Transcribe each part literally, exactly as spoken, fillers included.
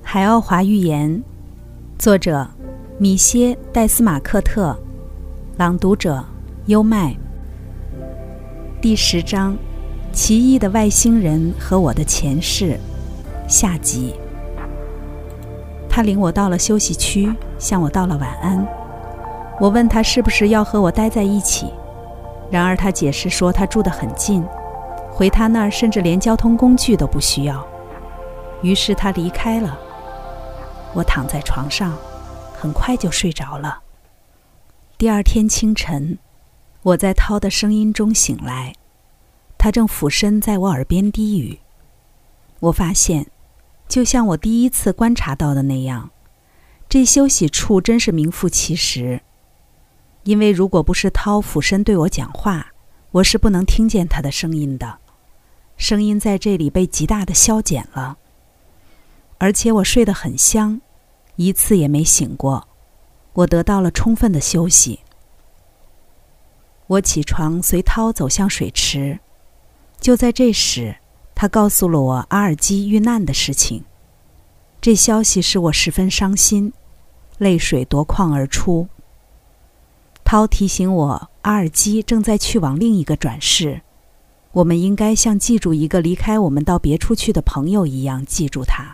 海奥华寓言，作者米歇·戴斯马克特，朗读者优麦。第十章，奇异的外星人和我的前世，下集。他领我到了休息区，向我道了晚安。我问他是不是要和我待在一起，然而他解释说他住得很近，回他那儿甚至连交通工具都不需要。于是他离开了。我躺在床上，很快就睡着了。第二天清晨，我在涛的声音中醒来，他正俯身在我耳边低语。我发现，就像我第一次观察到的那样，这休息处真是名副其实。因为如果不是涛俯身对我讲话，我是不能听见他的声音的。声音在这里被极大的消减了。而且我睡得很香，一次也没醒过，我得到了充分的休息。我起床随涛走向水池，就在这时，他告诉了我阿尔基遇难的事情。这消息使我十分伤心，泪水夺眶而出。涛提醒我，阿尔基正在去往另一个转世，我们应该像记住一个离开我们到别处去的朋友一样记住他。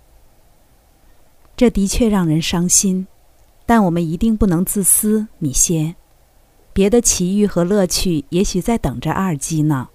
这的确让人伤心，但我们一定不能自私，米歇。别的奇遇和乐趣也许在等着阿尔基呢。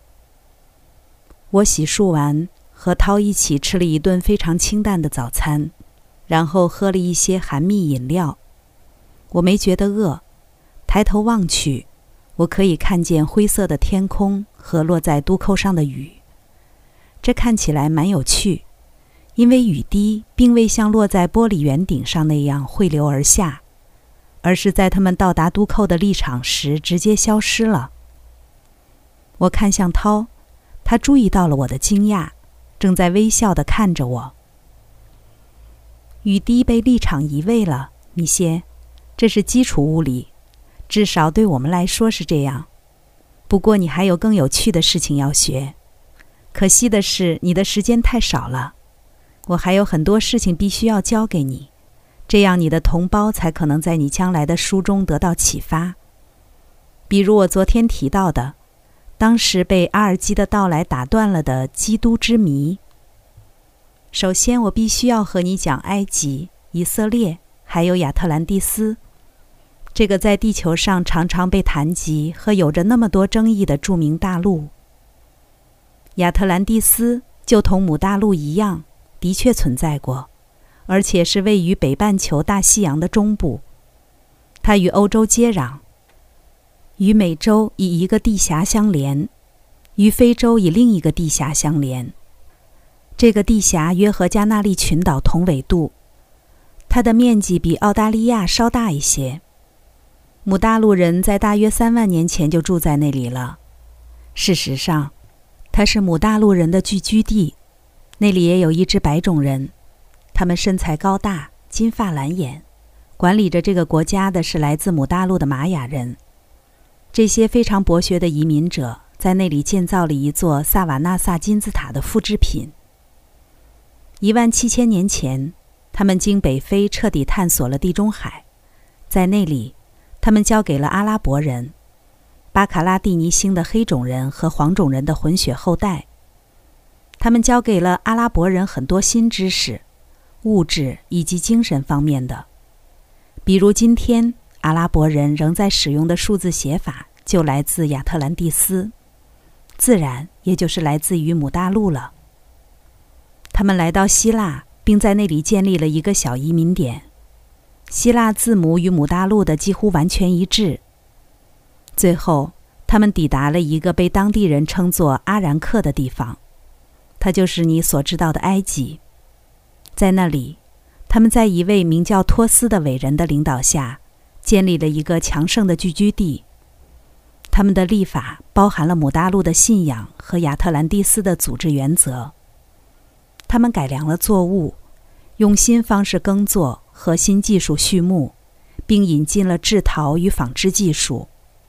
我洗漱完，和涛一起吃了一顿非常清淡的早餐，然后喝了一些含蜜饮料。我没觉得饿，抬头望去，我可以看见灰色的天空和落在渡口上的雨。这看起来蛮有趣，因为雨滴并未像落在玻璃圆顶上那样汇流而下，而是在它们到达渡口的立场时直接消失了。我看向涛，他注意到了我的惊讶，正在微笑地看着我。雨滴被立场移位了，米歇，这是基础物理，至少对我们来说是这样。不过你还有更有趣的事情要学。可惜的是，你的时间太少了。我还有很多事情必须要教给你，这样你的同胞才可能在你将来的书中得到启发。比如我昨天提到的，当时被阿尔基的到来打断了的基督之谜。首先，我必须要和你讲埃及、以色列，还有亚特兰蒂斯，这个在地球上常常被谈及和有着那么多争议的著名大陆。亚特兰蒂斯就同母大陆一样，的确存在过，而且是位于北半球大西洋的中部。它与欧洲接壤，与美洲以一个地峡相连，与非洲以另一个地峡相连。这个地峡约和加那利群岛同纬度，它的面积比澳大利亚稍大一些。母大陆人在大约三万年前就住在那里了。事实上，它是母大陆人的聚居地。那里也有一支白种人，他们身材高大，金发蓝眼，管理着这个国家的是来自母大陆的玛雅人。这些非常博学的移民者在那里建造了一座萨瓦纳萨金字塔的复制品。一万七千年前，他们经北非彻底探索了地中海，在那里，他们交给了阿拉伯人、巴卡拉蒂尼星的黑种人和黄种人的混血后代。他们教给了阿拉伯人很多新知识，物质以及精神方面的。比如今天阿拉伯人仍在使用的数字写法就来自亚特兰蒂斯，自然也就是来自于母大陆了。他们来到希腊，并在那里建立了一个小移民点。希腊字母与母大陆的几乎完全一致。最后，他们抵达了一个被当地人称作阿然克的地方。它就是你所知道的埃及。在那里，他们在一位名叫托斯的伟人的领导下，建立了一个强盛的聚居地。他们的历法包含了母大陆的信仰和亚特兰蒂斯的组织原则。他们改良了作物，用新方式耕作和新技术畜牧，并引进了制陶与纺织技术。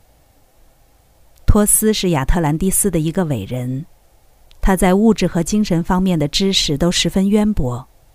托斯是亚特兰蒂斯的一个伟人，他在物质和精神方面的知识都十分渊博。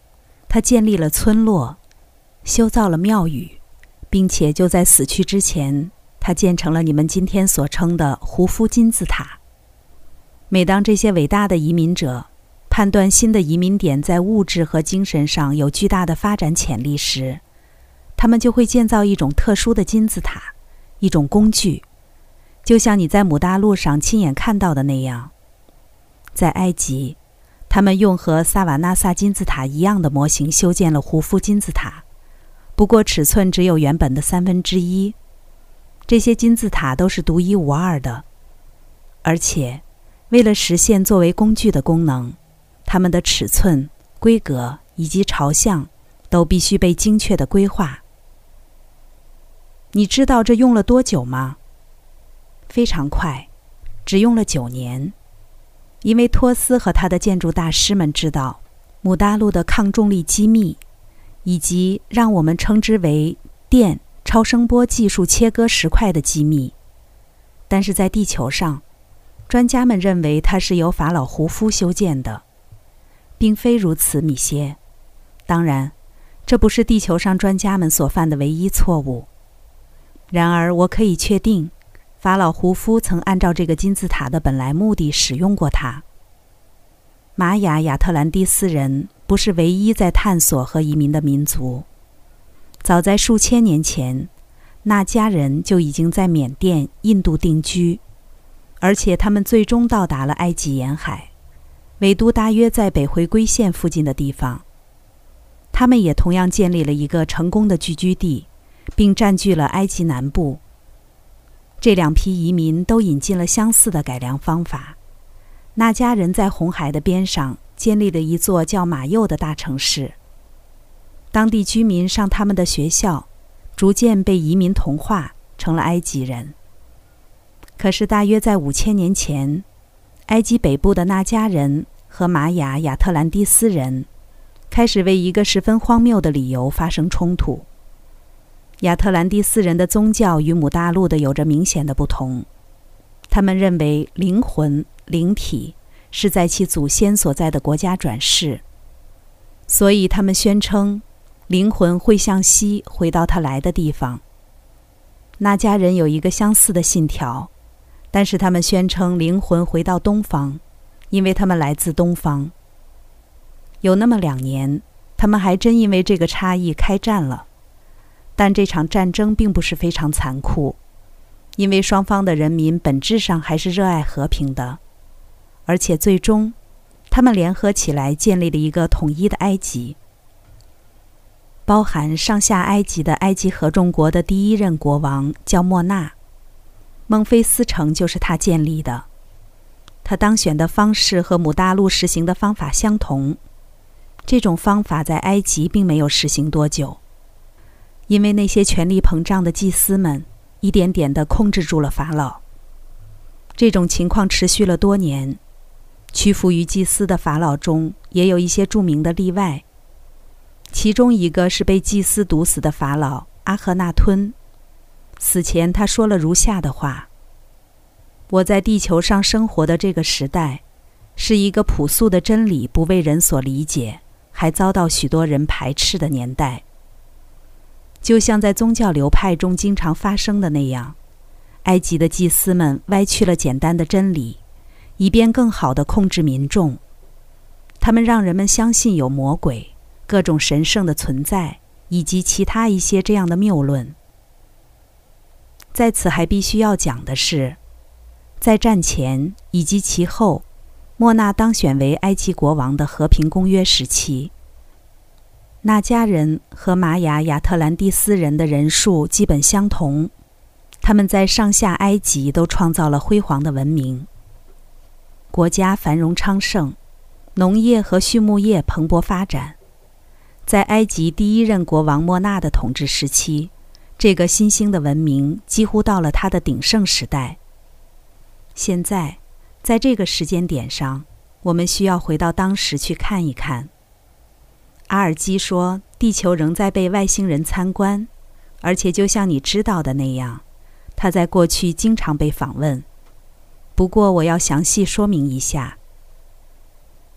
他建立了村落，修造了庙宇，并且就在死去之前，他建成了你们今天所称的胡夫金字塔。每当这些伟大的移民者判断新的移民点在物质和精神上有巨大的发展潜力时，他们就会建造一种特殊的金字塔，一种工具，就像你在姆大陆上亲眼看到的那样。在埃及，他们用和萨瓦纳萨金字塔一样的模型修建了胡夫金字塔，不过尺寸只有原本的三分之一。这些金字塔都是独一无二的，而且为了实现作为工具的功能，它们的尺寸、规格以及朝向都必须被精确地规划。你知道这用了多久吗？非常快，只用了九年。因为托斯和他的建筑大师们知道姆大陆的抗重力机密，以及让我们称之为电超声波技术切割石块的机密。但是在地球上，专家们认为它是由法老胡夫修建的，并非如此，米歇。当然，这不是地球上专家们所犯的唯一错误。然而，我可以确定，法老胡夫曾按照这个金字塔的本来目的使用过它。玛雅亚特兰蒂斯人不是唯一在探索和移民的民族。早在数千年前，纳迦人就已经在缅甸、印度定居，而且他们最终到达了埃及沿海，纬度大约在北回归线附近的地方。他们也同样建立了一个成功的聚居地，并占据了埃及南部。这两批移民都引进了相似的改良方法。纳迦人在红海的边上建立了一座叫马右的大城市，当地居民上他们的学校，逐渐被移民同化，成了埃及人。可是大约在五千年前，埃及北部的纳迦人和玛雅亚特兰蒂斯人开始为一个十分荒谬的理由发生冲突。亚特兰蒂斯人的宗教与姆大陆的有着明显的不同，他们认为灵魂、灵体是在其祖先所在的国家转世，所以他们宣称灵魂会向西回到他来的地方。纳迦人有一个相似的信条，但是他们宣称灵魂回到东方，因为他们来自东方。有那么两年，他们还真因为这个差异开战了。但这场战争并不是非常残酷，因为双方的人民本质上还是热爱和平的，而且最终，他们联合起来建立了一个统一的埃及。包含上下埃及的埃及合众国的第一任国王叫莫纳，孟菲斯城就是他建立的。他当选的方式和姆大陆实行的方法相同，这种方法在埃及并没有实行多久。因为那些权力膨胀的祭司们一点点地控制住了法老。这种情况持续了多年，屈服于祭司的法老中也有一些著名的例外，其中一个是被祭司毒死的法老阿赫纳吞。死前他说了如下的话：我在地球上生活的这个时代，是一个朴素的真理不为人所理解，还遭到许多人排斥的年代。就像在宗教流派中经常发生的那样，埃及的祭司们歪曲了简单的真理，以便更好地控制民众。他们让人们相信有魔鬼、各种神圣的存在，以及其他一些这样的谬论。在此还必须要讲的是，在战前以及其后，莫纳当选为埃及国王的和平公约时期，纳迦人和玛雅亚特兰蒂斯人的人数基本相同，他们在上下埃及都创造了辉煌的文明，国家繁荣昌盛，农业和畜牧业蓬勃发展。在埃及第一任国王莫纳的统治时期，这个新兴的文明几乎到了它的鼎盛时代。现在，在这个时间点上，我们需要回到当时去看一看。阿尔基说，地球仍在被外星人参观，而且就像你知道的那样，他在过去经常被访问。不过我要详细说明一下，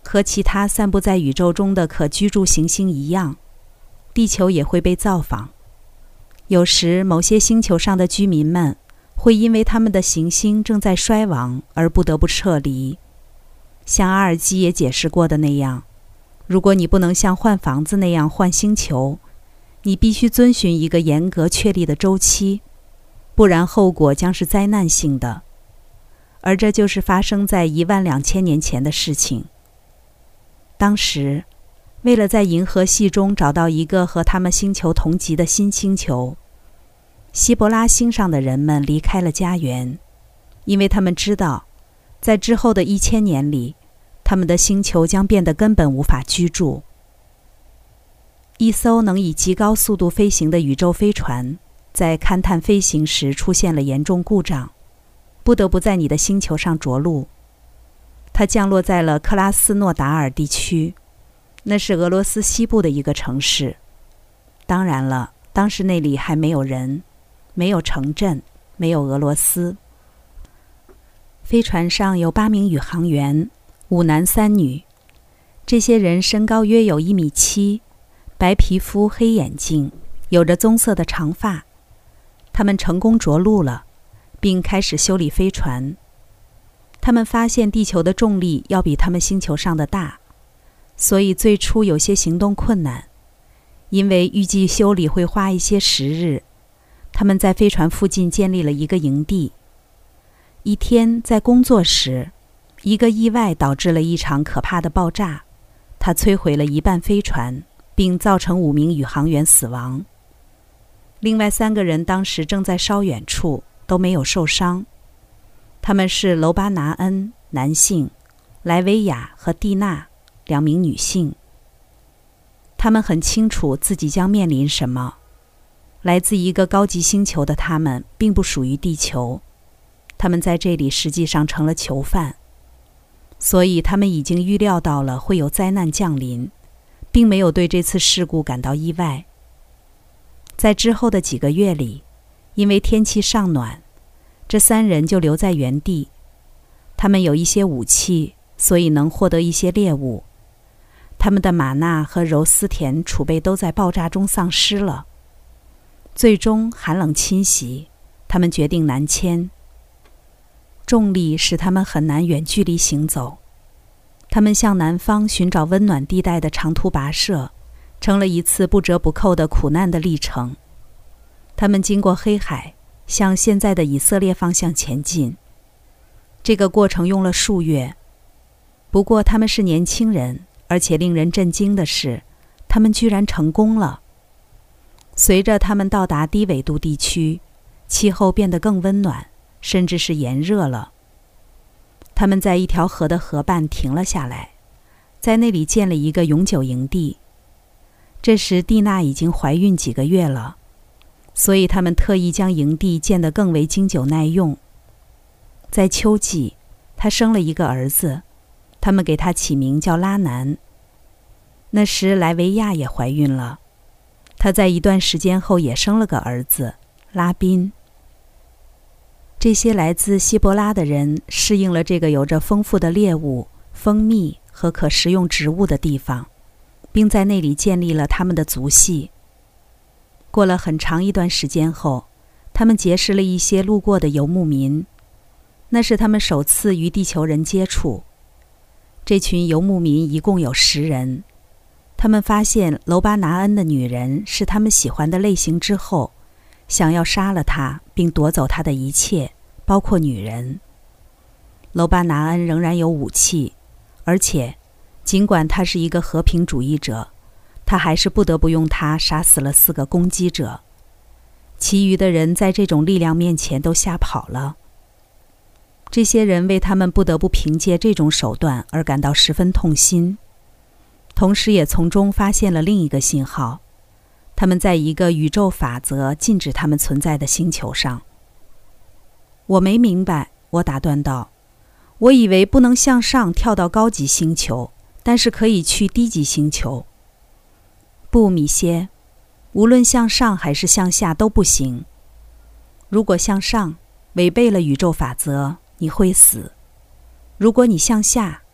和其他散布在宇宙中的可居住行星一样，地球也会被造访。有时某些星球上的居民们会因为他们的行星正在衰亡而不得不撤离。像阿尔基也解释过的那样，如果你不能像换房子那样换星球，你必须遵循一个严格确立的周期，不然后果将是灾难性的。而这就是发生在一万两千年前的事情。当时，为了在银河系中找到一个和他们星球同级的新星球，希伯拉星上的人们离开了家园，因为他们知道，在之后的一千年里，他们的星球将变得根本无法居住。一艘能以极高速度飞行的宇宙飞船，在勘探飞行时出现了严重故障，不得不在你的星球上着陆。它降落在了克拉斯诺达尔地区，那是俄罗斯西部的一个城市。当然了，当时那里还没有人，没有城镇，没有俄罗斯。飞船上有八名宇航员，五男三女。这些人身高约有一米七，白皮肤、黑眼睛，有着棕色的长发。他们成功着陆了，并开始修理飞船。他们发现地球的重力要比他们星球上的大，所以最初有些行动困难。因为预计修理会花一些时日，他们在飞船附近建立了一个营地。一天在工作时，一个意外导致了一场可怕的爆炸，它摧毁了一半飞船，并造成五名宇航员死亡。另外三个人当时正在稍远处，都没有受伤。他们是楼巴拿恩，男性，莱维亚和蒂娜，两名女性。他们很清楚自己将面临什么。来自一个高级星球的他们并不属于地球，他们在这里实际上成了囚犯。所以他们已经预料到了会有灾难降临，并没有对这次事故感到意外。在之后的几个月里，因为天气尚暖，这三人就留在原地。他们有一些武器，所以能获得一些猎物。他们的玛纳和柔丝田储备都在爆炸中丧失了。最终寒冷侵袭，他们决定南迁。重力使他们很难远距离行走，他们向南方寻找温暖地带的长途跋涉，成了一次不折不扣的苦难的历程。他们经过黑海，向现在的以色列方向前进。这个过程用了数月，不过他们是年轻人，而且令人震惊的是，他们居然成功了。随着他们到达低纬度地区，气候变得更温暖，甚至是炎热了。他们在一条河的河畔停了下来，在那里建了一个永久营地。这时蒂娜已经怀孕几个月了，所以他们特意将营地建得更为经久耐用。在秋季，她生了一个儿子，他们给他起名叫拉南。那时莱维亚也怀孕了，她在一段时间后也生了个儿子拉宾。这些来自希伯拉的人适应了这个有着丰富的猎物、蜂蜜和可食用植物的地方，并在那里建立了他们的族系。过了很长一段时间后，他们结识了一些路过的游牧民，那是他们首次与地球人接触。这群游牧民一共有十人，他们发现楼巴拿恩的女人是他们喜欢的类型之后，想要杀了她，并夺走她的一切，包括女人。楼巴拿恩仍然有武器，而且尽管他是一个和平主义者，他还是不得不用它杀死了四个攻击者。其余的人在这种力量面前都吓跑了。这些人为他们不得不凭借这种手段而感到十分痛心，同时也从中发现了另一个信号：他们在一个宇宙法则禁止他们存在的星球上。我没明白，我打断道，我以为不能向上跳到高级星球，但是可以去低级星球。不，米歇，无论向上还是向下都不行。如果向上，违背了宇宙法则，你会死；如果你向下，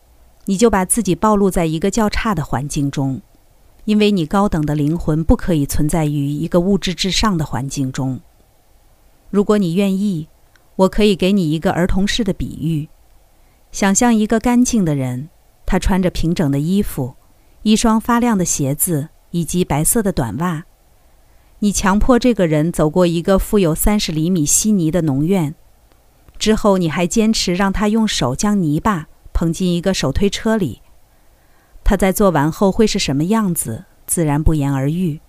你就把自己暴露在一个较差的环境中，因为你高等的灵魂不可以存在于一个物质至上的环境中。如果你愿意，我可以给你一个儿童式的比喻，想象一个干净的人，他穿着平整的衣服，一双发亮的鞋子以及白色的短袜。你强迫这个人走过一个富有三十厘米稀泥的农院，之后你还坚持让他用手将泥巴捧进一个手推车里。他在做完后会是什么样子，自然不言而喻。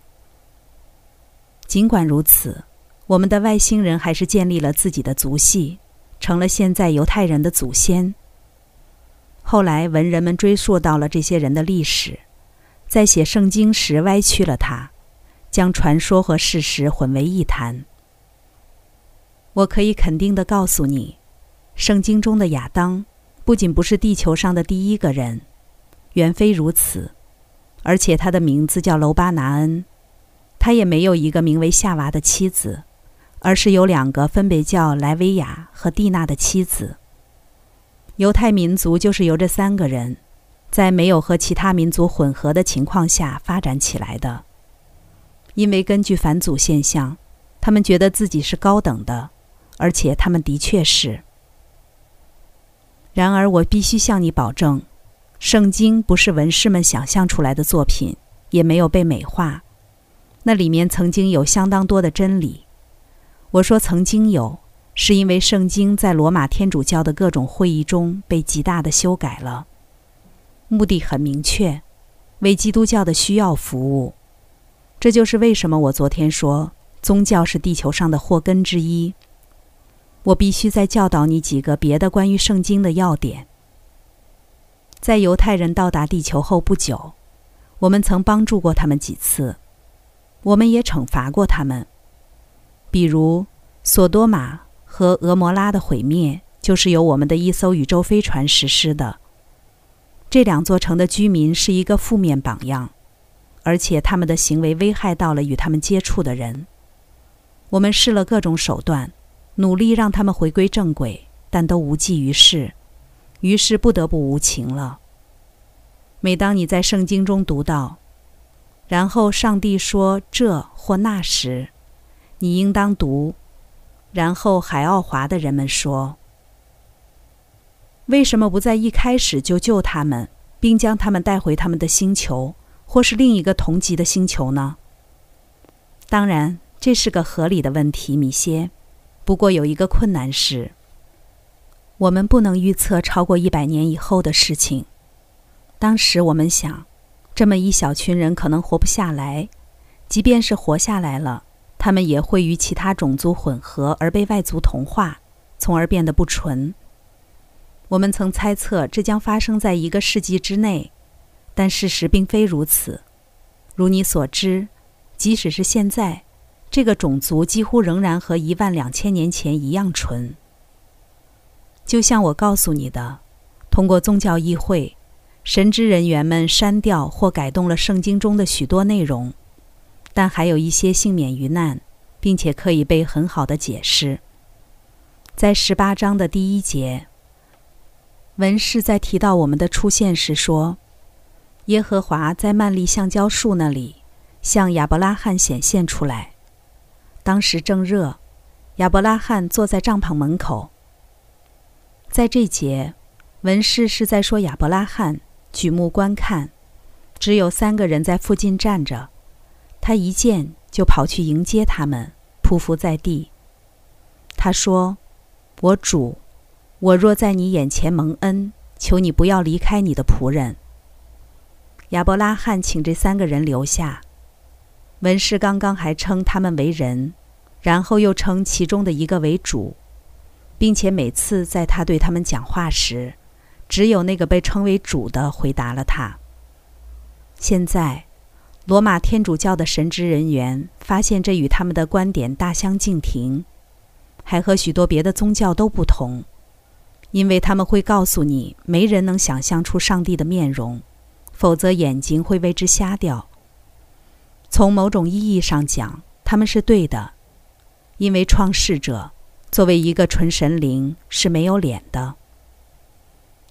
尽管如此，我们的外星人还是建立了自己的族系，成了现在犹太人的祖先。后来文人们追溯到了这些人的历史，在写圣经时歪曲了它，将传说和事实混为一谈。我可以肯定地告诉你，圣经中的亚当不仅不是地球上的第一个人，远非如此，而且他的名字叫楼巴拿恩，他也没有一个名为夏娃的妻子，而是有两个分别叫莱维亚和蒂娜的妻子。犹太民族就是由这三个人，在没有和其他民族混合的情况下发展起来的。因为根据返祖现象，他们觉得自己是高等的，而且他们的确是。然而我必须向你保证，圣经不是文士们想象出来的作品，也没有被美化。那里面曾经有相当多的真理。我说曾经有，是因为圣经在罗马天主教的各种会议中被极大的修改了，目的很明确，为基督教的需要服务。这就是为什么我昨天说宗教是地球上的祸根之一。我必须再教导你几个别的关于圣经的要点。在犹太人到达地球后不久，我们曾帮助过他们几次，我们也惩罚过他们。比如索多玛和俄摩拉的毁灭就是由我们的一艘宇宙飞船实施的。这两座城的居民是一个负面榜样，而且他们的行为危害到了与他们接触的人。我们试了各种手段，努力让他们回归正轨，但都无济于事，于是不得不无情了。每当你在圣经中读到，然后上帝说这或那时，你应当读，然后海奥华的人们说，为什么不在一开始就救他们，并将他们带回他们的星球，或是另一个同级的星球呢？当然，这是个合理的问题，米歇。不过有一个困难是，我们不能预测超过一百年以后的事情。当时我们想，这么一小群人可能活不下来，即便是活下来了，他们也会与其他种族混合而被外族同化，从而变得不纯。我们曾猜测这将发生在一个世纪之内，但事实并非如此。如你所知，即使是现在，这个种族几乎仍然和一万两千年前一样纯。就像我告诉你的，通过宗教议会，神职人员们删掉或改动了圣经中的许多内容，但还有一些幸免于难，并且可以被很好的解释。在十八章的第一节，文士在提到我们的出现时说，耶和华在曼利橡胶树那里向亚伯拉罕显现出来。当时正热，亚伯拉罕坐在帐篷门口。在这节，文士是在说亚伯拉罕举目观看，只有三个人在附近站着，他一见就跑去迎接他们，匍匐在地。他说，我主，我若在你眼前蒙恩，求你不要离开你的仆人。亚伯拉罕请这三个人留下。文士刚刚还称他们为人，然后又称其中的一个为主，并且每次在他对他们讲话时，只有那个被称为主的回答了他。现在，罗马天主教的神职人员发现这与他们的观点大相径庭，还和许多别的宗教都不同，因为他们会告诉你，没人能想象出上帝的面容，否则眼睛会为之瞎掉。从某种意义上讲，他们是对的，因为创世者作为一个纯神灵是没有脸的。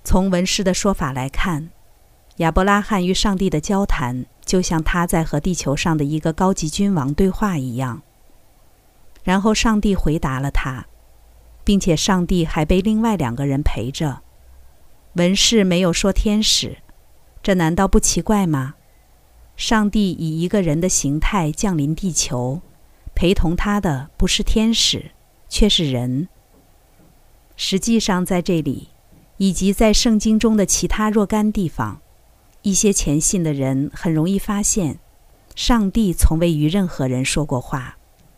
从文士的说法来看，亚伯拉罕与上帝的交谈就像他在和地球上的一个高级君王对话一样。然后上帝回答了他，并且上帝还被另外两个人陪着。文士没有说天使，这难道不奇怪吗？上帝以一个人的形态降临地球，陪同他的不是天使，却是人。实际上在这里，以及在圣经中的其他若干地方，一些虔信的人很容易发现，上帝从未与任何人说过话。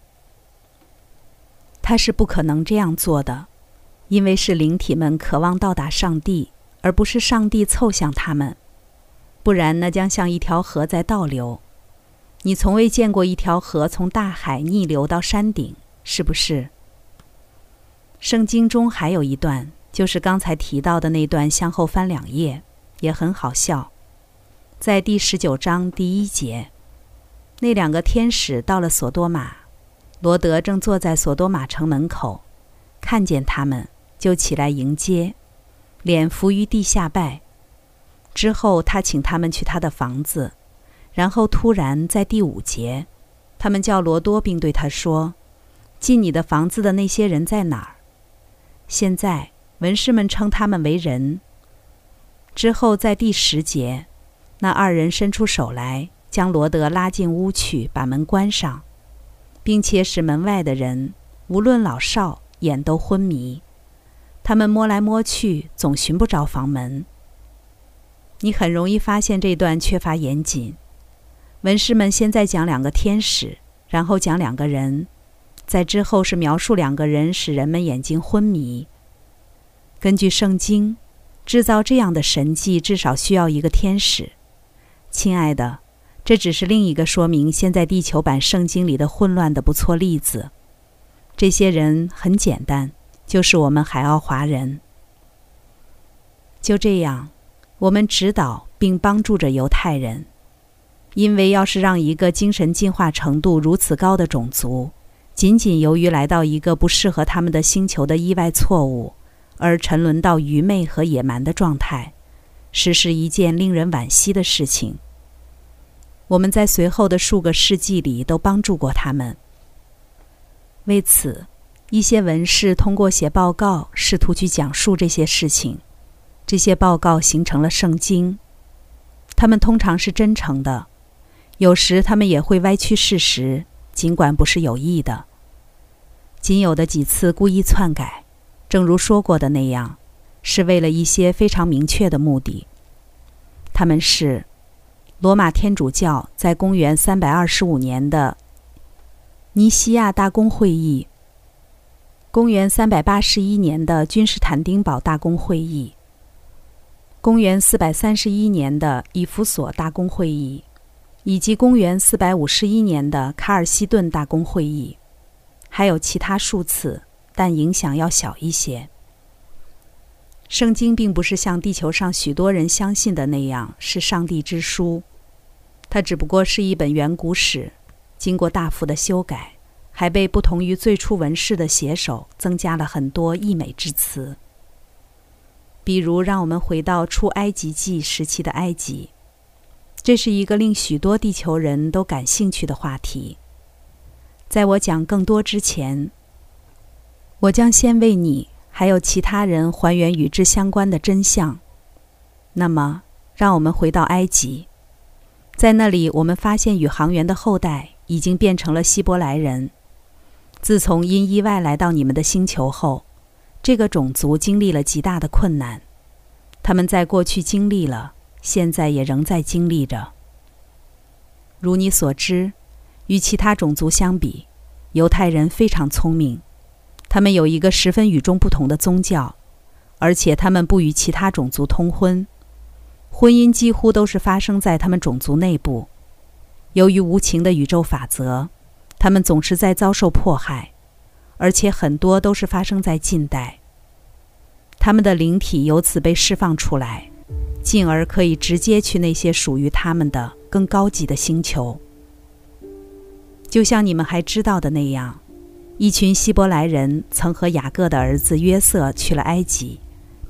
他是不可能这样做的，因为是灵体们渴望到达上帝，而不是上帝凑向他们，不然那将像一条河在倒流。你从未见过一条河从大海逆流到山顶，是不是？圣经中还有一段，就是刚才提到的那段，向后翻两页，也很好笑。在第十九章第一节，那两个天使到了索多玛，罗德正坐在索多玛城门口，看见他们就起来迎接，脸伏于地下拜。之后他请他们去他的房子，然后突然在第五节，他们叫罗多，并对他说：进你的房子的那些人在哪儿？现在文士们称他们为人。之后在第十节，那二人伸出手来，将罗德拉进屋去，把门关上，并且使门外的人无论老少眼都昏迷。他们摸来摸去，总寻不着房门。你很容易发现这段缺乏严谨。文士们先在讲两个天使，然后讲两个人，在之后是描述两个人使人们眼睛昏迷。根据圣经，制造这样的神迹至少需要一个天使。亲爱的，这只是另一个说明现在地球版圣经里的混乱的不错例子。这些人很简单，就是我们海奥华人。就这样，我们指导并帮助着犹太人，因为要是让一个精神进化程度如此高的种族，仅仅由于来到一个不适合他们的星球的意外错误，而沉沦到愚昧和野蛮的状态，实是一件令人惋惜的事情。我们在随后的数个世纪里都帮助过他们。为此，一些文士通过写报告试图去讲述这些事情，这些报告形成了圣经。他们通常是真诚的，有时他们也会歪曲事实，尽管不是有意的。仅有的几次故意篡改，正如说过的那样，是为了一些非常明确的目的。他们是罗马天主教在公元三百二十五年的尼西亚大公会议，公元三百八十一年的君士坦丁堡大公会议，公元四百三十一年的以弗所大公会议，以及公元四百五十一年的卡尔西顿大公会议，还有其他数次，但影响要小一些。圣经并不是像地球上许多人相信的那样是上帝之书，它只不过是一本远古史，经过大幅的修改，还被不同于最初文士的写手增加了很多溢美之词。比如让我们回到出埃及记时期的埃及，这是一个令许多地球人都感兴趣的话题。在我讲更多之前，我将先为你还有其他人还原与之相关的真相。那么让我们回到埃及，在那里我们发现宇航员的后代已经变成了希伯来人。自从因意外来到你们的星球后，这个种族经历了极大的困难，他们在过去经历了，现在也仍在经历着。如你所知，与其他种族相比，犹太人非常聪明，他们有一个十分与众不同的宗教，而且他们不与其他种族通婚，婚姻几乎都是发生在他们种族内部。由于无情的宇宙法则，他们总是在遭受迫害，而且很多都是发生在近代。他们的灵体由此被释放出来，进而可以直接去那些属于他们的更高级的星球。就像你们还知道的那样，一群希伯来人曾和雅各的儿子约瑟去了埃及，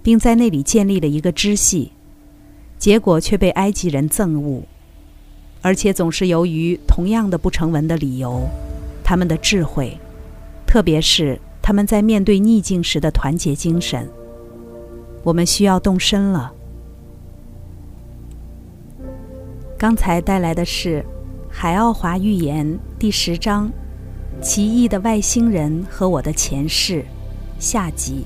并在那里建立了一个支系，结果却被埃及人憎恶，而且总是由于同样的不成文的理由，他们的智慧，特别是他们在面对逆境时的团结精神。我们需要动身了。刚才带来的是《海奥华寓言》第十章《奇异的外星人和我的前世》下集。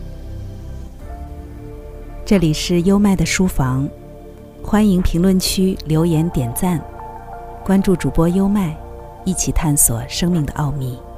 这里是优麦的书房，欢迎评论区留言点赞，关注主播优麦，一起探索生命的奥秘。